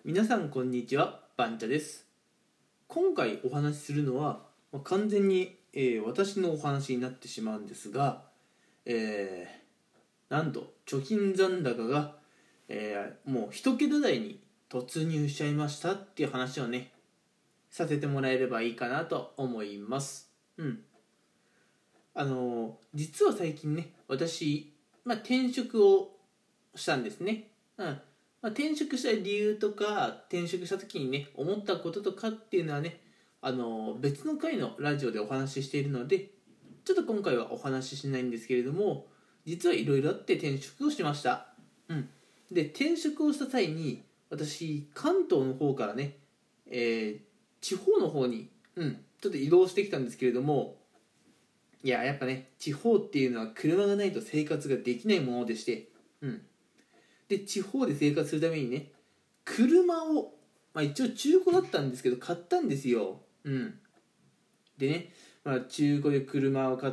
皆さんこんにちは、バンチャです。今回お話しするのは、完全に、私のお話になってしまうんですが、なんと貯金残高が、もう一桁台に突入しちゃいましたっていう話をね、させてもらえればいいかなと思います。実は最近ね、私、転職をしたんですね。転職した理由とか転職した時にね思ったこととかっていうのはね別の回のラジオでお話ししているのでちょっと今回はお話ししないんですけれども、実はいろいろあって転職をしました。で転職をした際に私関東の方からね、地方の方に、ちょっと移動してきたんですけれども、やっぱね地方っていうのは車がないと生活ができないものでして、で地方で生活するためにね車を、一応中古だったんですけど買ったんですよ。でね、中古で車を買って、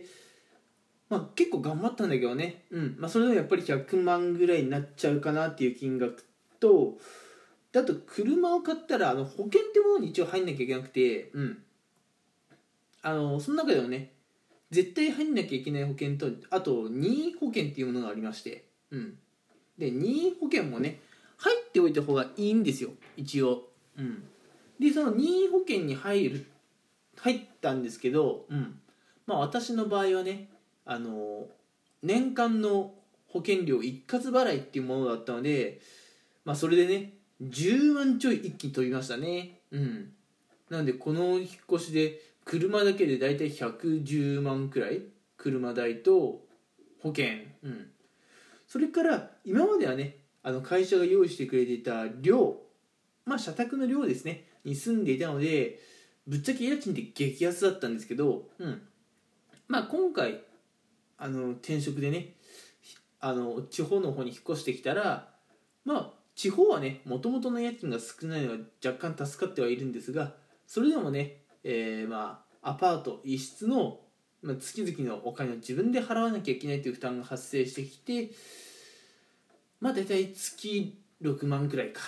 結構頑張ったんだけどね、それでもやっぱり100万ぐらいになっちゃうかなっていう金額と、あと車を買ったら保険ってものに一応入んなきゃいけなくて、その中でもね絶対入んなきゃいけない保険と、あと任意保険っていうものがありまして、で任意保険もね入っておいた方がいいんですよ一応。でその任意保険に入ったんですけど、私の場合はね年間の保険料一括払いっていうものだったので、それでね10万ちょい一気に飛びましたね。なのでこの引っ越しで車だけでだいたい110万くらい、車代と保険、それから今まではね会社が用意してくれていた寮、社宅の寮ですねに住んでいたので、ぶっちゃけ家賃って激安だったんですけど、今回転職でね地方の方に引っ越してきたら、地方はねもともとの家賃が少ないのは若干助かってはいるんですが、それでもね、アパート一室の月々のお金を自分で払わなきゃいけないという負担が発生してきて、大体月6万くらいか。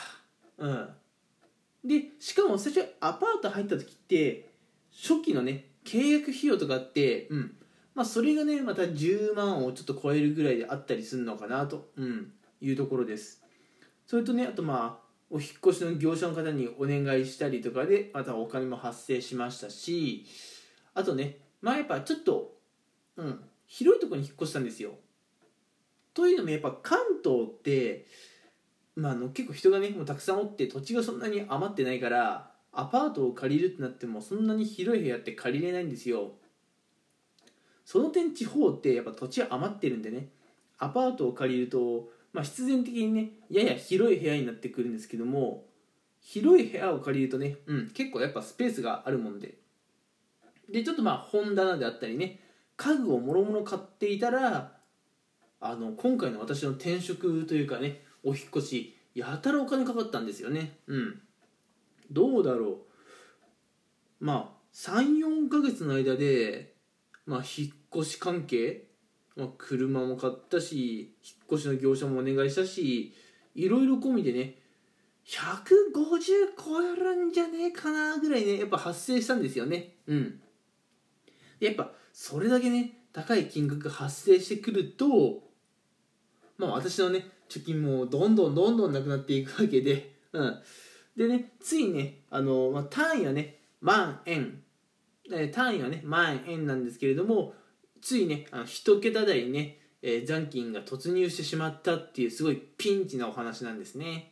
でしかも最初アパート入った時って初期のね契約費用とかあって、それがねまた10万をちょっと超えるぐらいであったりするのかなと、いうところです。それとねあとお引っ越しの業者の方にお願いしたりとかでまたお金も発生しましたし、あとねやっぱちょっと、広いところに引っ越したんですよ。というのもやっぱ関東って、結構人がねもうたくさんおって土地がそんなに余ってないから、アパートを借りるってなってもそんなに広い部屋って借りれないんですよ。その点地方ってやっぱ土地余ってるんでね、アパートを借りると、必然的にねやや広い部屋になってくるんですけども、広い部屋を借りるとね、結構やっぱスペースがあるもんで、ちょっと本棚であったりね家具をもろもろ買っていたら、今回の私の転職というかねお引っ越しやたらお金かかったんですよね。どうだろう、3,4 ヶ月の間で、引っ越し関係、車も買ったし引っ越しの業者もお願いしたし、いろいろ込みでね150超えるんじゃねえかなぐらいねやっぱ発生したんですよね。でやっぱそれだけね高い金額が発生してくると、私のね貯金もどんどんなくなっていくわけで、でねついね単位はね万円、万円なんですけれども、ついね一桁台にね、残金が突入してしまったっていうすごいピンチなお話なんですね。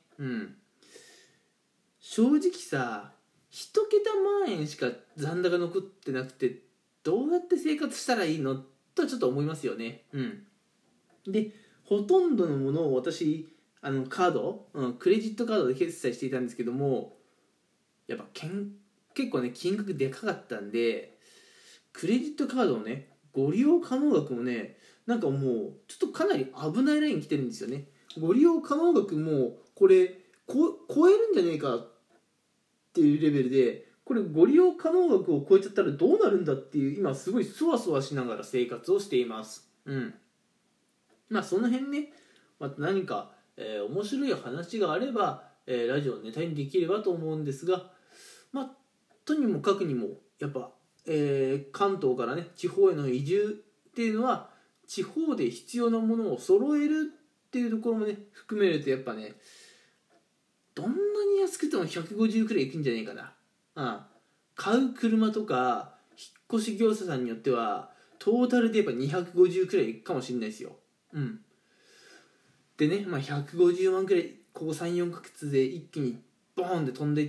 正直さ一桁万円しか残高残ってなくてどうやって生活したらいいのとちょっと思いますよね。でほとんどのものを私カード、クレジットカードで決済していたんですけども、やっぱ結構ね金額でかかったんで、クレジットカードのねご利用可能額もねもうちょっとかなり危ないライン来てるんですよね。ご利用可能額もこれ超えるんじゃねえかっていうレベルで、これご利用可能額を超えちゃったらどうなるんだっていう、今すごいそわそわしながら生活をしています。その辺ね、何か、面白い話があればラジオのネタにできればと思うんですが、とにもかくにもやっぱ、関東からね地方への移住っていうのは地方で必要なものを揃えるっていうところもね含めるとやっぱねどんなに安くても150くらいいくんじゃないかな。買う車とか引っ越し業者さんによってはトータルでやっぱ250くらいいくかもしれないですよ。でね、150万くらいここ 3,4 ヶ月で一気にボーンって飛んでいって、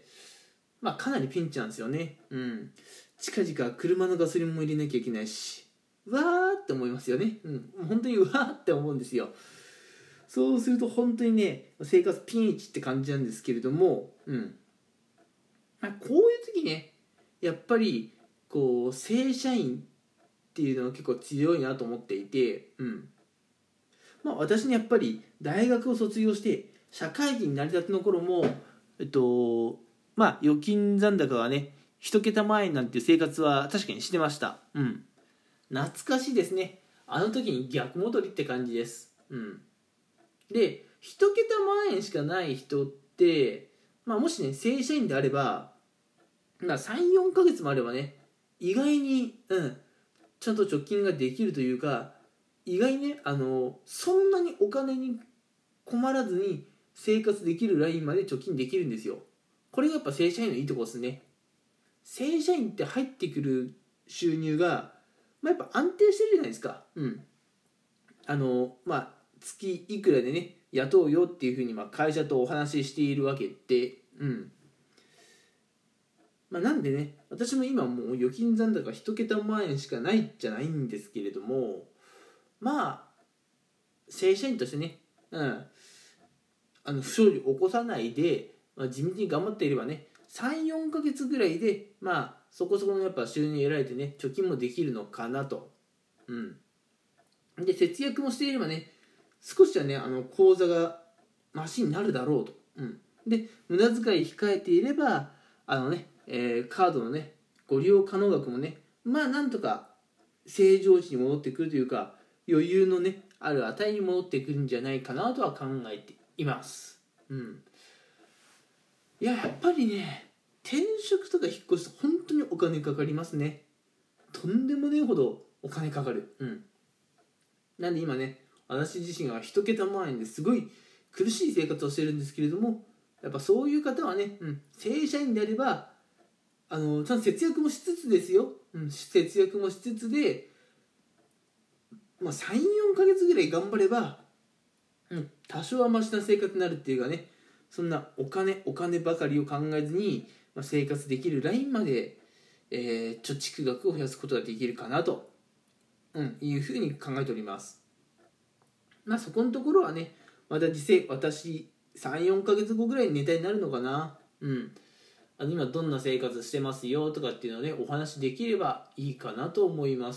かなりピンチなんですよね。近々車のガソリンも入れなきゃいけないし、うわーって思いますよね。本当にうわーって思うんですよ。そうすると本当にね生活ピンチって感じなんですけれども、こういう時ねやっぱりこう正社員っていうのは結構強いなと思っていて、私ねやっぱり大学を卒業して社会人になりたての頃も預金残高がね一桁万円なんていう生活は確かにしてました。懐かしいですね。あの時に逆戻りって感じです。で一桁万円しかない人って、もしね正社員であれば、3,4 ヶ月もあればね意外に、ちゃんと貯金ができるというか、意外にねそんなにお金に困らずに生活できるラインまで貯金できるんですよ。これがやっぱ正社員のいいところですね。正社員って入ってくる収入が、やっぱ安定してるじゃないですか。月いくらでね雇うよっていうふうに会社とお話ししているわけで、なんでね私も今もう預金残高一桁万円しかないじゃないんですけれども、正社員としてね、不祥事を起こさないで、地道に頑張っていればね 3,4 ヶ月ぐらいでそこそこのやっぱ収入得られてね貯金もできるのかなと。で節約もしていればね少しはね口座がマシになるだろうと。で無駄遣い控えていればカードのねご利用可能額もねなんとか正常値に戻ってくるというか余裕のねある値に戻ってくるんじゃないかなとは考えています。やっぱりね転職とか引っ越し本当にお金かかりますね。とんでもねえほどお金かかる。なんで今ね私自身が一桁万円ですごい苦しい生活をしてるんですけれども、やっぱそういう方はね、正社員であればちゃんと節約もしつつですよ、節約もしつつで、3,4 ヶ月ぐらい頑張れば、多少はマシな生活になるっていうかね、そんなお金ばかりを考えずに、生活できるラインまで、貯蓄額を増やすことができるかなと、いうふうに考えております。そこのところはねまた実際私 3,4 ヶ月後ぐらいにネタになるのかな。今どんな生活してますよとかっていうのをねお話できればいいかなと思います。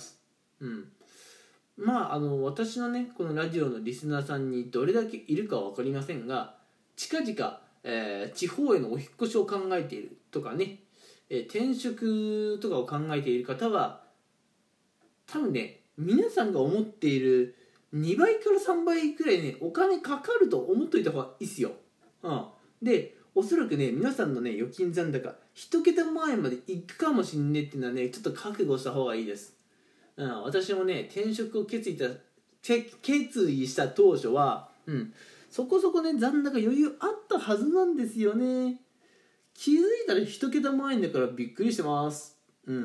私のねこのラジオのリスナーさんにどれだけいるかは分かりませんが、近々、地方へのお引っ越しを考えているとかね、転職とかを考えている方は多分ね皆さんが思っている2倍から3倍くらいねお金かかると思っといた方がいいっすよ。でおそらくね皆さんのね預金残高一桁万円までいくかもしんねっていうのはねちょっと覚悟した方がいいです。私もね転職を決意した当初は、そこそこね残高余裕あったはずなんですよね。気づいたら一桁万円だからびっくりしてます。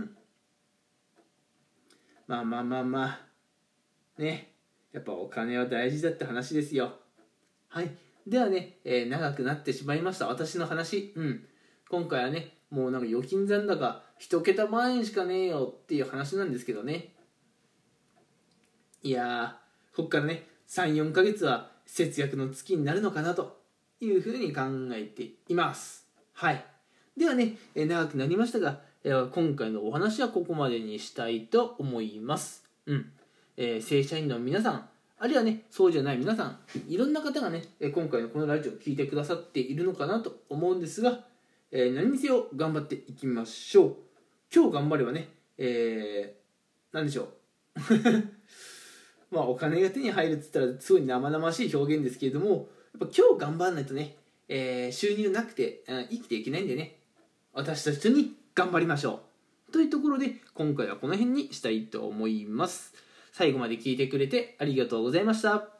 ね、やっぱお金は大事だって話ですよ。はい、ではね、長くなってしまいました私の話。今回はねもうなんか預金残高一桁万円しかねえよっていう話なんですけどね、いやこっからね 3,4 ヶ月は節約の月になるのかなというふうに考えています。はい、ではね、長くなりましたが、今回のお話はここまでにしたいと思います。正社員の皆さんあるいはねそうじゃない皆さんいろんな方がね今回のこのラジオを聞いてくださっているのかなと思うんですが、何にせよ頑張っていきましょう。今日頑張ればね、何でしょうお金が手に入るって言ったらすごい生々しい表現ですけれども、やっぱ今日頑張らないとね、 収入なくて、生きていけないんでね、私たちとに頑張りましょうというところで、今回はこの辺にしたいと思います。最後まで聞いてくれてありがとうございました。